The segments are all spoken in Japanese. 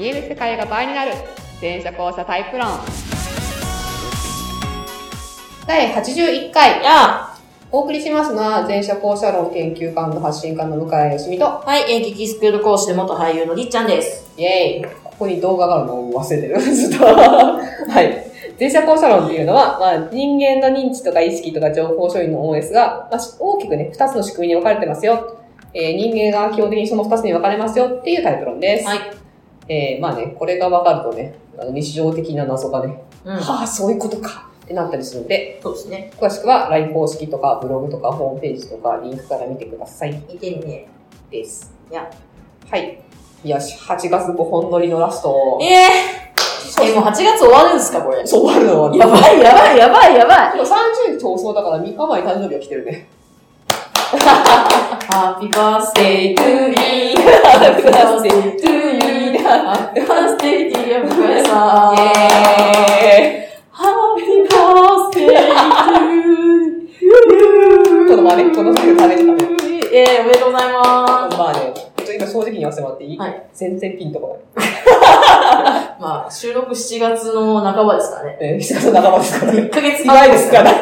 見える世界が倍になる全車交差タイプ論第81回お送りしますのは全車交差論研究家発信家の向井よしみと、 はい、演劇スクール講師で元俳優のりっちゃんです。 イェーイ。ここに動画があるのを忘れてるずっとはい。全車交差論っていうのは、人間の認知とか意識とか情報処理のものですが、大きくね、2つの仕組みに分かれてますよ。人間が基本的にその2つに分かれますよっていうタイプ論です。 はい。 これが分かるとね、日常的な謎がね、そういうことかってなったりするので、 そうですね。 詳しくは LINE 公式とかブログとかホームページとかリンクから見てください。 見てね。 です。 はい。 よし、8月5本撮りのラスト。 もう8月終わるんですかこれ。 そう、終わるの。 やばい。 30日放送だから3日前に誕生日が来てるね。 Happy birthday to you.Happy birthday to you.Happy birthday to you. 向井さん。Happy birthday to you. この食べる。 おめでとうございます。 今正直に言わせてもらっていい？ はい。 全然ピンとこない。 収録7月の半ばですからね。 7月の半ばですからね。 1ヶ月前ですからね。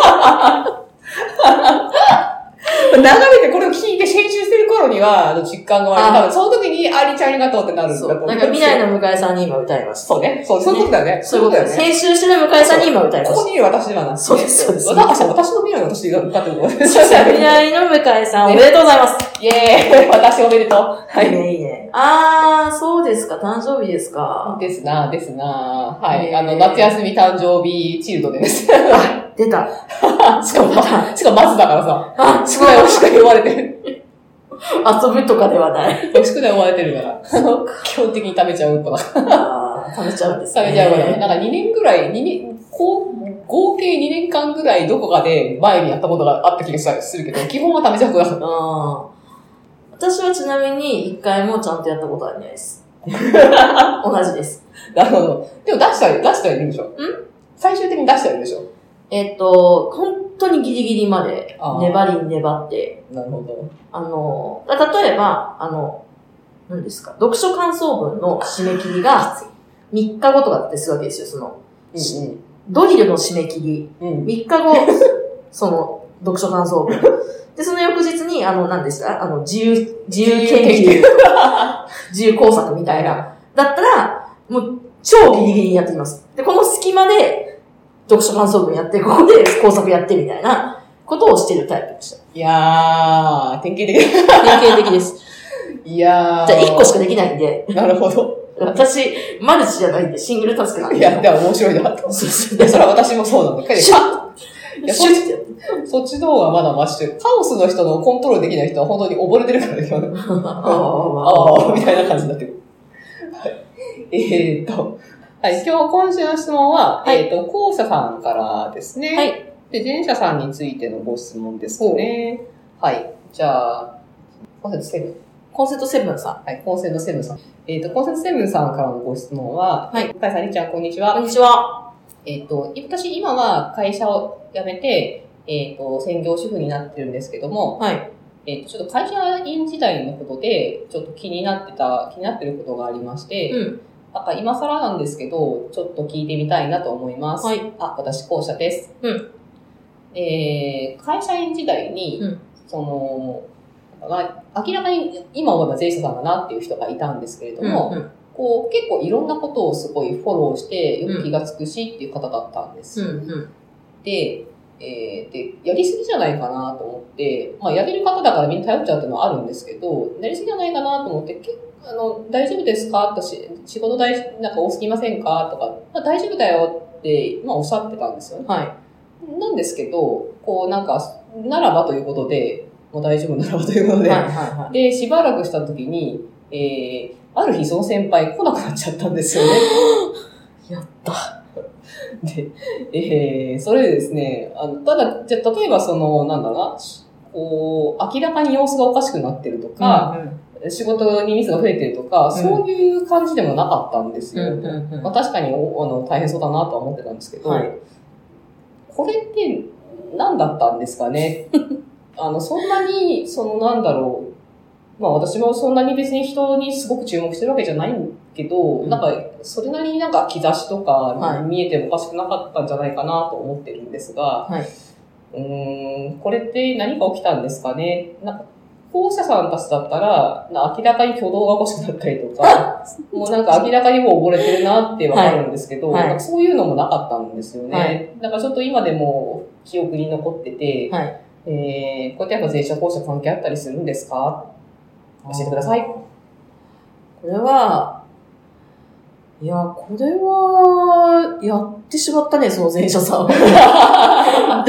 眺めてこれを聞いて編集してる頃には、実感が湧いて、多分その時に、ありちゃんありがとうってなるんだと思う。 なんか未来の向井さんに今歌います。 そうね。そういうことだよね。 そういうことだよね。編集してる向井さんに今歌います。 ここにいる私ではなくて。 そうです。 私の未来の私が歌ってるの。未来の向井さんおめでとうございます。 イェーイ私おめでとう。 はい。いいね。そうですか。誕生日ですか。 ですな。はい。夏休み誕生日チルドです。 出た。 しかも松だからさ。宿題追われてる。 遊ぶとかではない。 宿題追われてるから。基本的に食べちゃう子だ。 食べちゃうんですね。 食べちゃうから。なんか2年ぐらい、合計2年間ぐらいどこかで前にやったことがあった気がするけど、基本は食べちゃう子だ。 私はちなみに1回もちゃんとやったことはないです。同じです。 なるほど。でも出したらいるでしょ？最終的に出したらいるでしょ？ 本当にギリギリまで粘って。 なるほど。 例えば、何ですか、読書感想文の締め切りが3日後とかってするわけですよ、ドリルの締め切り。3日後、読書感想文。で、その翌日に、何でした自由研究。自由工作みたいな。だったら、もう、超ギリギリにやってきます。で、この隙間で、読書感想文やって、ここで工作やってみたいなことをしてるタイプでした。 いやー、典型的です。 いやー。 じゃあ1個しかできないんで。 なるほど。 私、マルチじゃないんで、シングルタスクなんで。 いや、でも面白いなと。それは私もそうなんだ。そっちの方がまだマシで、カオスの人のコントロールできない人は本当に溺れてるからね。みたいな感じになってる。はい。今週の質問は、校舎さんからですね。 はい。 で、前者さんについてのご質問ですね。はい。じゃあ、コンセントセブンさん。はい、コンセントセブンさん。コンセントセブンさんからのご質問は、向井さん、りっちゃん、こんにちは。 こんにちは。 私、今は会社を辞めて、専業主婦になってるんですけども、 はい。 ちょっと会社員時代のことで、ちょっと気になってることがありまして、なんか今更なんですけど、ちょっと聞いてみたいなと思います。 はい。 私、校舎です。会社員時代に、明らかに今思えば税理士さんだなっていう人がいたんですけれども、結構いろんなことをすごいフォローしてよく気がつくしっていう方だったんですよ。で、やりすぎじゃないかなと思って、やれる方だからみんな頼っちゃうっていうのはあるんですけど、やりすぎじゃないかなと思って、大丈夫ですかと仕事なんか多すぎませんかとか、大丈夫だよって、おっしゃってたんですよね。 はい。 なんですけど、ならばということで、もう大丈夫ならばということで、で、しばらくした時に、ある日その先輩来なくなっちゃったんですよね。 やった。 で、それでですね、ただ、じゃあ例えば明らかに様子がおかしくなってるとか、仕事にミスが増えてるとか、そういう感じでもなかったんですよ。確かに大変そうだなとは思ってたんですけど、これって何だったんですかね。そんなに、 まあ私もそんなに別に人にすごく注目してるわけじゃないけど、なんか、それなりになんか兆しとか見えてもおかしくなかったんじゃないかなと思ってるんですが、これって何が起きたんですかね。なんか、校舎さんたちだったら、明らかに挙動がおかしくなったりとか、もうなんか明らかにもう溺れてるなってわかるんですけど、なんかそういうのもなかったんですよね。だからちょっと今でも記憶に残ってて、こうやってやっぱ前者後者関係あったりするんですか？教えてください。 これは、やってしまったね、その前者さん。なんか、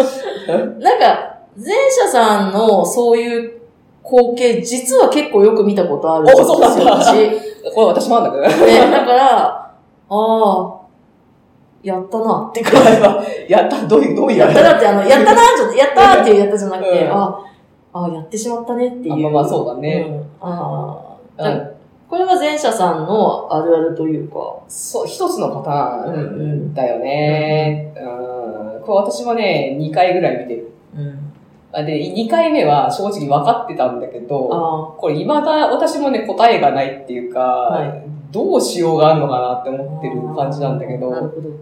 前者さんのそういう光景、実は結構よく見たことあるんですよ、 私。これ私もあるんだけどね。だから、やったなってくらいは。 やった、どういうやったなって、やったっていうやったじゃなくて、やってしまったねっていう。 まあそうだね。 これは前者さんのあるあるというか。 そう、一つのパターンだよね。これ私はね、2回ぐらい見てる。で、2回目は正直分かってたんだけど、これ未だ私もね、答えがないっていうか、どうしようがあるのかなって思ってる感じなんだけど、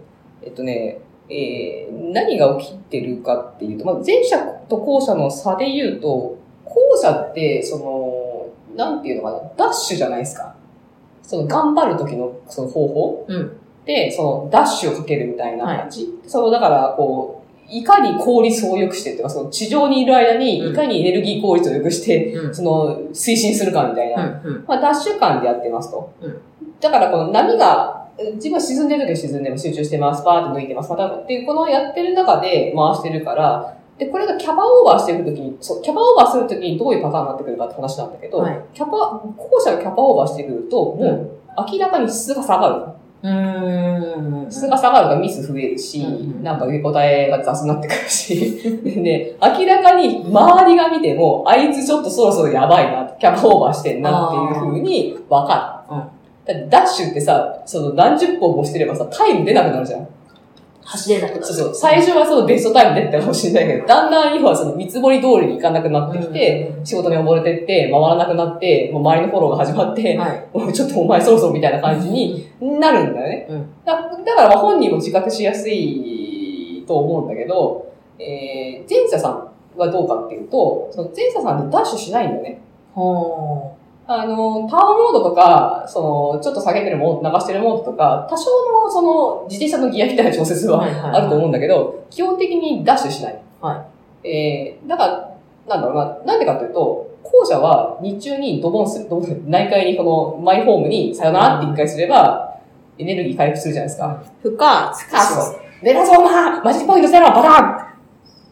何が起きてるかっていうと、前者と後者の差で言うと、後者って、なんていうのかな、ダッシュじゃないですか。頑張る時のその方法、で、ダッシュをかけるみたいな感じ。だから、いかに効率を良くしてっていうか、地上にいる間に、いかにエネルギー効率を良くして、推進するかみたいな。ダッシュ感でやってますと。だから、この波が、自分は沈んでる時は沈んでも集中してます、バーって抜いてます、またっていう、このやってる中で回してるから、で、これがキャパオーバーしてるときに、キャパオーバーするときにどういうパターンになってくるかって話なんだけど、後者がキャパオーバーしてくると、もう明らかに質が下がる。質が下がるからミス増えるし、なんか受け答えが雑になってくるし、で、明らかに周りが見ても、あいつちょっとそろそろやばいな、キャパオーバーしてんなっていう風にわかる。だってダッシュってさ、何十本もしてればさ、タイム出なくなるじゃん。 走れなくなる。 そう。最初はベストタイム出てたかもしれないけど、だんだん今は見積もり通りにいかなくなってきて、仕事に溺れてって、回らなくなって、もう周りのフォローが始まって、もうちょっとお前そろそろみたいな感じになるんだよね。だから本人も自覚しやすいと思うんだけど、前者さんはどうかっていうと、前者さんってダッシュしないんだよね。パワーモードとか、ちょっと下げてるモード、流してるモードとか、多少の自転車のギアみたいな調節はあると思うんだけど、基本的にダッシュしない。だから、なんだろうな、なんでかというと、後者は日中にドボンする、内海にマイホームにさよならって一回すれば、エネルギー回復するじゃないですか。 負荷、 メラゾーママジックポイント0バターン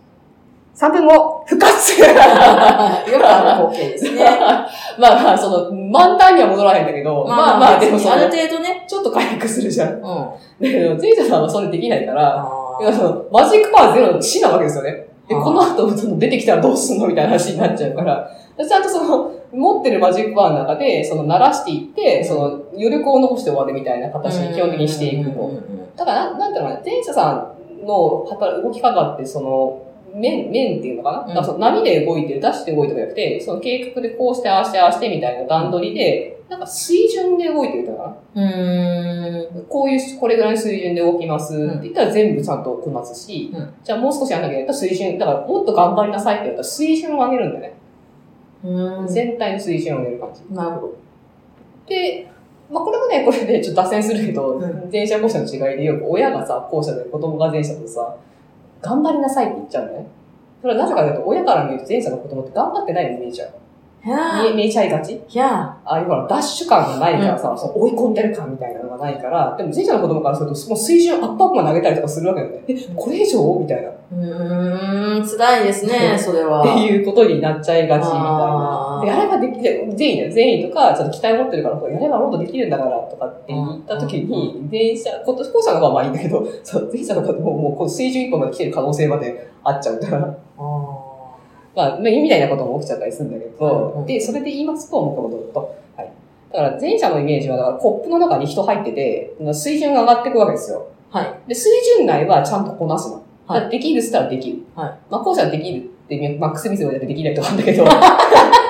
3分後、復活よくある光景ですね。 満タンには戻らへんだけど、でもある程度ね。 ちょっと回復するじゃん。だけど、前者さんはそれできないから、マジックパワーゼロの死なわけですよね。で、この後、出てきたらどうすんのみたいな話になっちゃうから、ちゃんと持ってるマジックパワーの中で、鳴らしていって、余力を残して終わるみたいな形に基本的にしていくの。だから、なんていうのかな、前者さんの動き方って、面っていうのかな、だから波で動いてる、ダッシュで動いてるんじゃなくて、計画でこうして、ああして、ああしてみたいな段取りで、なんか水準で動いてるのかな。これぐらいの水準で動きますって言ったら全部ちゃんとこなすし、じゃあもう少しやんなきゃいけないと水準、だからもっと頑張りなさいって言ったら水準を上げるんだよね。全体の水準を上げる感じ。 なるほど。 で、これもね、これでちょっと脱線するけど、前者後者の違いでよく親がさ、後者で子供が前者とさ、頑張りなさいって言っちゃうんだよね。それはなぜかというと、親から見ると前者の子供って頑張ってないように見えちゃう。見えちゃいがちああいうほら、ダッシュ感がないからさ、追い込んでる感みたいなのがないから、でも前者の子供からすると、もう水準アップアップまで上げたりとかするわけだよね。これ以上みたいな。 辛いですね、それは。 っていうことになっちゃいがちみたいな。で、やればできる、善意とか、ちょっと期待持ってるから、やればもっとできるんだからとかって言った時に、後者の方はまあいいんだけど、前者の方ももうこの水準一本まで来てる可能性まであっちゃうから。みたいなことも起きちゃったりするんだけど、で、それで言いますと、もともと。はい。だから前者のイメージは、だからコップの中に人入ってて、水準が上がっていくわけですよ。で、水準内はちゃんとこなすの。できるって言ったらできる。後者はできるって、マックスミスをやってできないとかあるんだけど、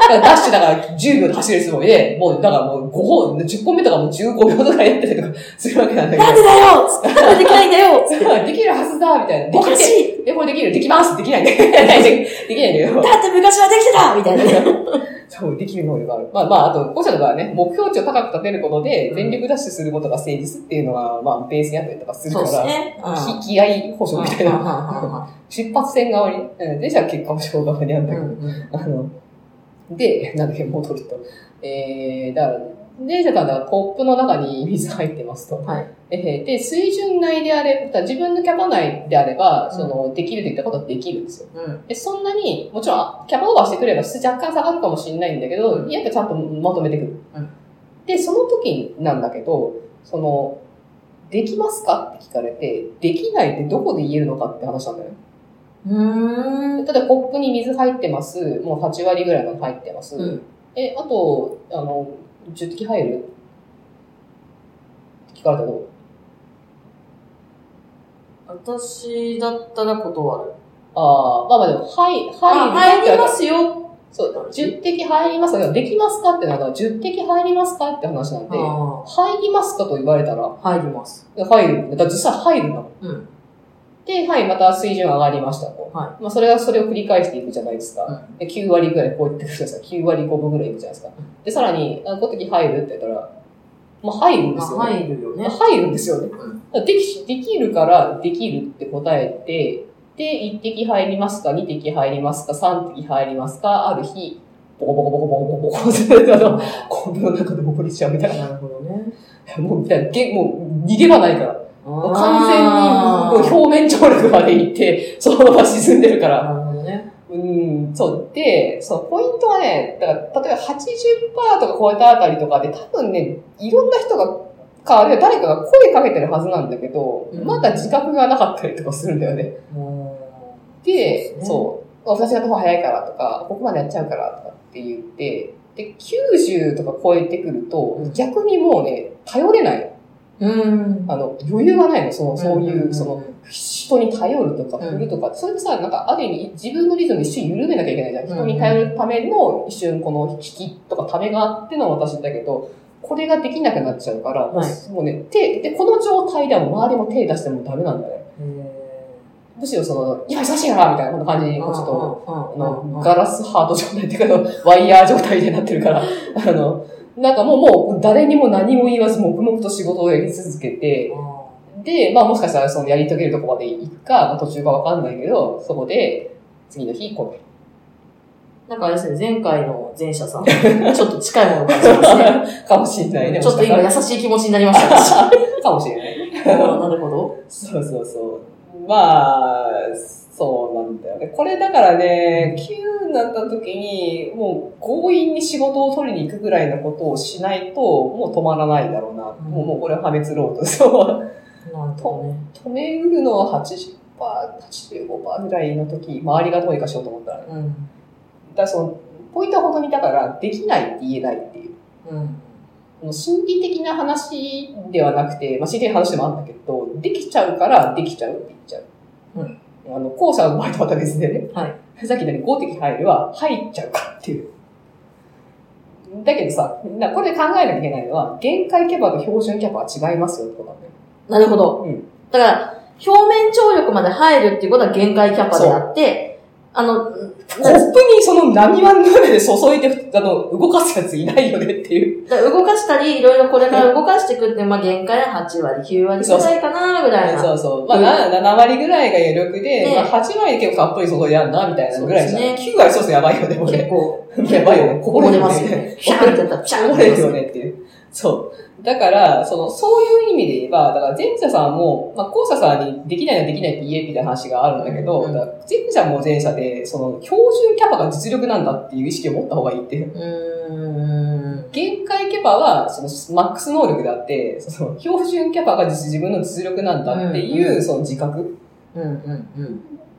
ダッシュだから10秒で走れるつもりで、もう、だからもう5本、10本目とかもう15秒とかやってたりとかするわけなんだけど。 なんでだよつって。なんでできないんだよつって。 できるはずだみたいな。 おかしいこれできるできますできないんだけど。できないんだけど。 だって昔はできてたみたいな。 そう、できる能力がある。あと、後者の場合はね、目標値を高く立てることで、全力ダッシュすることが誠実っていうのは、ベースにあったりとかするから、 そうですね。 気合保証みたいな。出発線側に、で、じゃあ結果保証側にあるんだけど、で、なんだっけ、戻ると。だから、電車さんだからコップの中に水入ってますと。 はい。 で、水準内であれば、自分のキャパ内であれば、できるといったことはできるんですよ。で、そんなに、もちろん、キャパオーバーしてくれば若干下がるかもしれないんだけど、やっぱちゃんとまとめてくる。で、その時なんだけど、できますかって聞かれて、できないってどこで言えるのかって話なんだよね。例えばコップに水入ってます。もう8割ぐらいの入ってます。あと、10滴入るって聞かれたらどう？ 私だったら断る。 でも、入りますよ。 そう、10滴入りますか？できますかってなったら、10滴入りますかって話なんで、入りますかと言われたら、 入ります。 入る。だから実際入るんだもん。で、また水準上がりましたと。それを繰り返していくじゃないですか。で9割ぐらいこうやってくるじゃないですか。9割5分ぐらいいくじゃないですか。で、さらに、この時入るって言ったら、入るんですよね。 入るよね。 入るんですよね。できるからできるって答えて、で、1滴入りますか ?2 滴入りますか ?3 滴入りますかある日、ボコボコボコボコボコボココップの中でボコりしちゃうみたいな。 なるほどね。 もう逃げ場ないから。完全に表面張力まで行って、そのまま沈んでるから。 なるほどね。 そう。で、ポイントはね、だから、例えば 80% とか超えたあたりとかで、多分ね、いろんな人が、あるいは誰かが声かけてるはずなんだけど、まだ自覚がなかったりとかするんだよね。で、私がやった方が早いからとか、ここまでやっちゃうからとかって言って、で、90とか超えてくると、逆にもうね、頼れない。余裕がないの、そういう、人に頼るとか、振るとか、それでさ、なんか、ある意味、自分のリズム一瞬緩めなきゃいけないじゃん。人に頼るための一瞬、この引きとかためがあっての私だけど、これができなくなっちゃうから、もうね、で、この状態では周りも手出してもダメなんだね。むしろ今忙しいからみたいな感じに、ちょっと、ガラスハート状態っていうか、ワイヤー状態になってるから、なんかもう誰にも何も言わず黙々と仕事をやり続けて、で、もしかしたらやり遂げるとこまで行くか、途中かわかんないけど、そこで次の日来ない。 なんかあれですね、前回の前者さん、ちょっと近いものがありますね。 かもしれないね。 ちょっと今優しい気持ちになりましたね。 かもしれない。 なるほど。 そう。そうなんだよね。これだからね、9になった時に、もう強引に仕事を取りに行くぐらいのことをしないと、もう止まらないだろうな。もうこれは破滅ロード。そう。止めうるのは80%、85% ぐらいの時、周りがどうにかしようと思ったらね。だからポイントは本当にだから、できないって言えないっていう。心理的な話ではなくて、心理的な話でもあるんだけど、できちゃうからできちゃうって言っちゃう。後者の場合とまた別でね。さっき言ったように5滴入るは入っちゃうからっていう。だけどさ、これで考えなきゃいけないのは、限界キャパと標準キャパは違いますよってことなんだよ。 なるほど。だから、表面張力まで入るっていうことは限界キャパであって、コップにその波湾の上で注いで、動かすやついないよねっていう。 動かしたり、いろいろこれから動かしていくって、限界は8割、9割ぐらいかな、ぐらいな。 そう。7割ぐらいが余力で、8割で結構たっぷり注いでやんな、みたいなぐらいじゃん。9割そうするとやばいよね、 結構。 やばいよね。 こぼれますよね。ピャーンってやったらピャーンって。 こぼれるよねっていう。そう。だから、そういう意味で言えば、だから前者さんも、後者さんにできないって言えみたいな話があるんだけど、前者も前者で、標準キャパが実力なんだっていう意識を持った方がいいっていう。限界キャパは、マックス能力であって、標準キャパが自分の実力なんだっていう、自覚。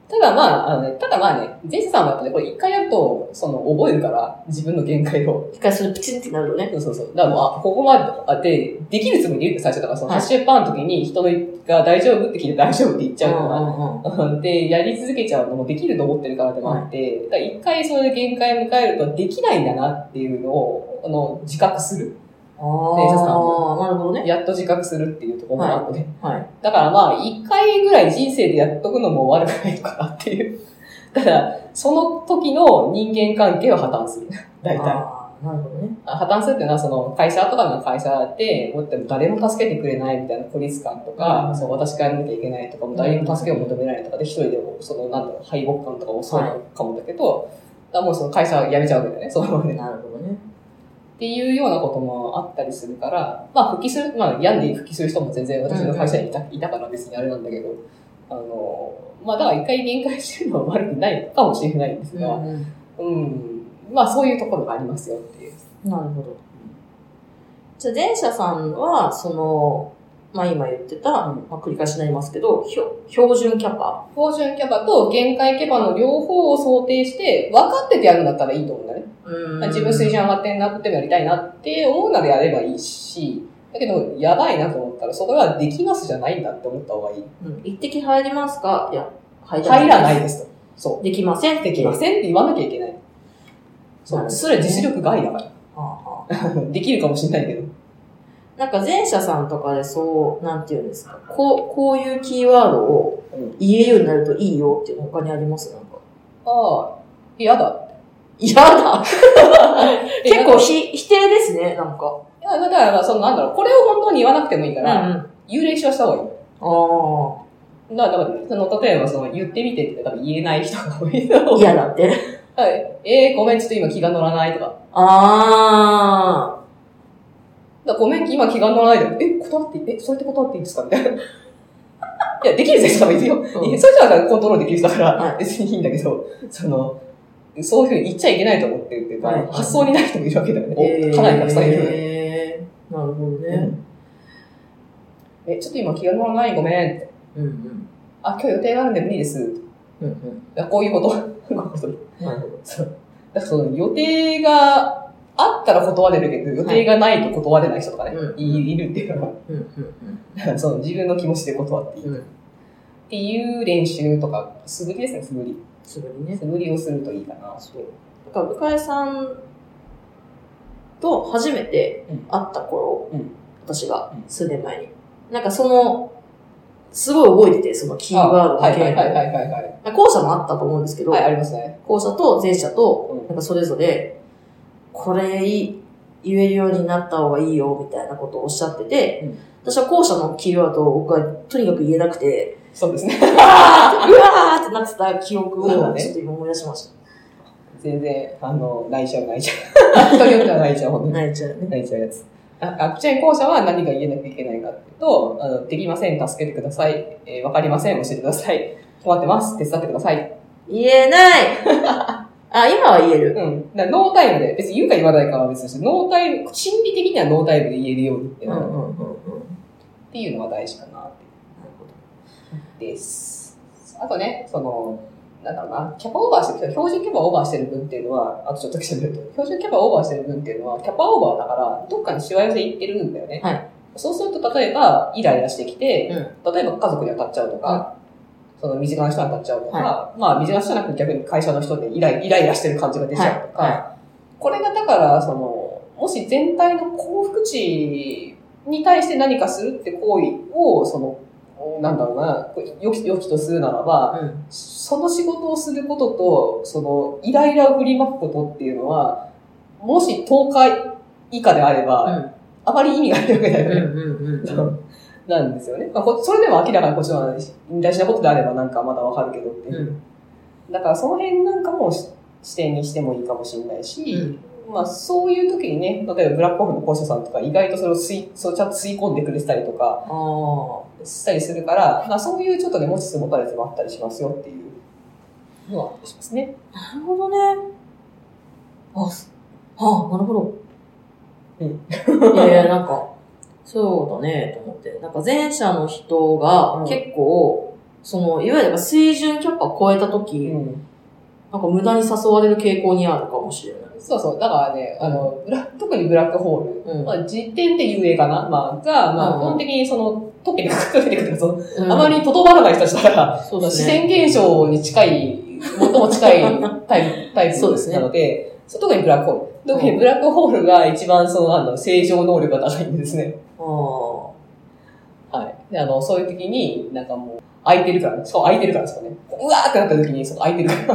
ただまあね、前者さんはやっぱね、これ一回やると、覚えるから、自分の限界を。 一回それプチンってなるよね。 そう。だからここまで、できるつもりで言うって最初だから、80%の時に人が大丈夫って聞いて大丈夫って言っちゃうから、で、やり続けちゃうのもできると思ってるからでもあって、だから一回それで限界を迎えるとできないんだなっていうのを、自覚する。 前者さんも。なるほどね。 やっと自覚するっていうところがあって、 はい。 だからまあ、一回ぐらい人生でやっとくのも悪くないのかなっていう。ただ、その時の人間関係は破綻する。大体。 なるほどね。 破綻するっていうのは、会社とかの会社で、誰も助けてくれないみたいな孤立感とか、私がやらなきゃいけないとか、誰にも助けを求められないとかで、一人でも、敗北感とか襲うかもだけど、もう会社辞めちゃうわけだよね、そのままで。 なるほどね。 っていうようなこともあったりするから、まあ病んで復帰する人も全然私の会社にいたから別にあれなんだけど、まあだから一回限界してるのは悪くないかもしれないんですが、まあそういうところがありますよっていう。 なるほど。じゃあ前者さんは、まあ今言ってた、まあ繰り返しになりますけど、標準キャパと限界キャパの両方を想定して、分かっててやるんだったらいいと思うんだね。自分水準上がってんなってもやりたいなって思うならやればいいし、だけど、やばいなと思ったら、それはできますじゃないんだって思った方がいい。 一滴入りますか？いや、 入らないですと。そう。 できませんって言わなきゃいけない。そう。それは実力外だから。できるかもしれないけど。 なんか前者さんとかでなんていうんですか、こういうキーワードを言えるようになるといいよっていうの他にあります？なんか。 嫌だ。 結構否定ですね、なんか。 いや、だから、これを本当に言わなくてもいいから、言う練習はした方がいい。だから、例えば言ってみてって多分言えない人が多いと。 嫌だって。 はい。ごめん、ちょっと今気が乗らないとか。ごめん、今気が乗らないで。断って、それって断っていいんですかみたいな。いや、できる人は別によ。それじゃコントロールできる人だから、別にいいんだけど、そういうふうに言っちゃいけないと思ってるっていうか、発想にない人もいるわけだよね。かなりたくさんいる。 なるほどね。 ちょっと今気が乗らない、ごめんって。今日予定があるんで無理です。こういうこと。なるほど。だから予定があったら断れるけど、予定がないと断れない人とかね、いるっていうのは。だから自分の気持ちで断っていい。っていう練習とか、素振りですね、素振り。素振りをするといいかな。 そう。だから、向井さんと初めて会った頃、私が数年前に。なんかすごい覚えてて、そのキーワードの件を。後者もあったと思うんですけど、 ありますね。 後者と前者と、なんかそれぞれ、これ言えるようになった方がいいよ、みたいなことをおっしゃってて、私は後者のキーワードを僕はとにかく言えなくて、 そうですね。 うわーってなってた記憶をちょっと今思い出しました。 全然、泣いちゃう。人によっては泣いちゃう、 泣いちゃうね。 泣いちゃうやつ。アクチェーン後者は何が言えなきゃいけないかっていうと、できません、助けてください。わかりません、教えてください。困ってます、手伝ってください。 言えない今は言える。 ノータイムで、別に言うか言わないかは別にして、ノータイム、心理的にはノータイムで言えるようにっていうのが大事かなって。です。あとね、なんだろうな、キャパオーバーしてる、標準キャパオーバーしてる分っていうのは、あとちょっと喋ると、標準キャパオーバーしてる分っていうのは、キャパオーバーだから、どっかにしわ寄せいってるんだよね。そうすると、例えば、イライラしてきて、例えば家族に当たっちゃうとか、身近な人に当たっちゃうとか、まあ、身近な人じゃなくて逆に会社の人でイライラしてる感じが出ちゃうとか、これがだから、もし全体の幸福値に対して何かするって行為を、なんだろうな、良きとするならば、その仕事をすることと、イライラを振りまくことっていうのは、もし10日以下であれば、あまり意味がないわけだよね。なんですよね。まあ、それでも明らかにこっちの大事なことであればなんかまだわかるけどっていう。だからその辺なんかも視点にしてもいいかもしれないし、まあそういう時にね、例えばブラックオフの講師さんとか意外とそれをちゃんと吸い込んでくれてたりとか、したりするから、まあそういうちょっとね、持ちつ持たれつもあったりしますよっていうのはしますね。 なるほどね。なるほど。いや、なんか、そうだね、と思って。なんか前者の人が結構、 いわゆる水準キャパを超えたとき、なんか無駄に誘われる傾向にあるかもしれない。 そうそう。だからね、特にブラックホール。まあ、時点で有名かなまあ、が、まあ、基本的に溶けてくるあまりとどまらない人たちだから、自然現象に近い、最も近いタイプなので、特にブラックホール。特にブラックホールが一番正常能力が高いんですね。はい。で、そういう時に、なんかもう、空いてるからですかね。うわーってなった時に、空いてるから。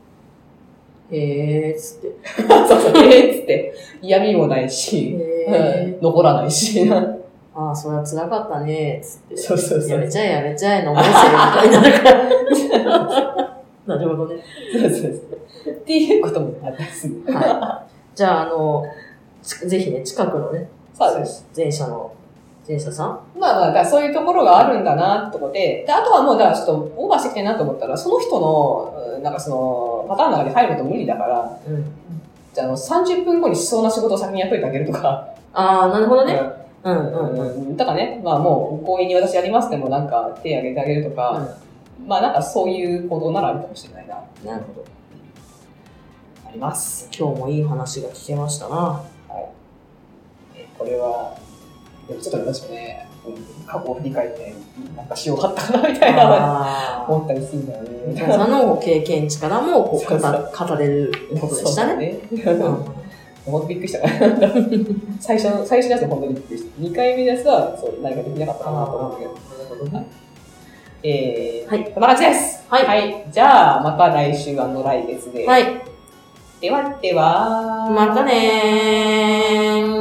へーっつって。 そうそう、へーっつって。嫌味もないし、残らないし。 ああ、それは辛かったね、つって。 そうそうそう。 やめちゃえ、のもせみたいになるから。なるほどね。 そうそうそう。っていうこともあったりする。 はい。じゃあ、ぜひね、近くのね、 そうです。 前者さんまあまあ、そういうところがあるんだなってとこで、あとはもう、だからちょっとオーバーしてきてなと思ったら、その人の、なんかパターンの中に入ると無理だから、じゃあ30分後にしそうな仕事を先にやっといてあげるとか。 ああ、なるほどね。 だからね、まあもう、強引に私やりますでもなんか手挙げてあげるとか、まあなんかそういう行動ならあるかもしれないな。 なるほど。 あります。 今日もいい話が聞けましたな。はい。 これは、ちょっと私もね、過去を振り返って、なんかしようかったかなみたいな思ったりするんだよね。 皆さんの経験値からも語れることでしたね。 本当びっくりしたから。最初のやつは本当にびっくりした。2回目のやつは、何かできなかったかなと思うんだけど。はい。こんな感じです。はい。じゃあ、また来週来月で。 はい。 ではでは。 またねー。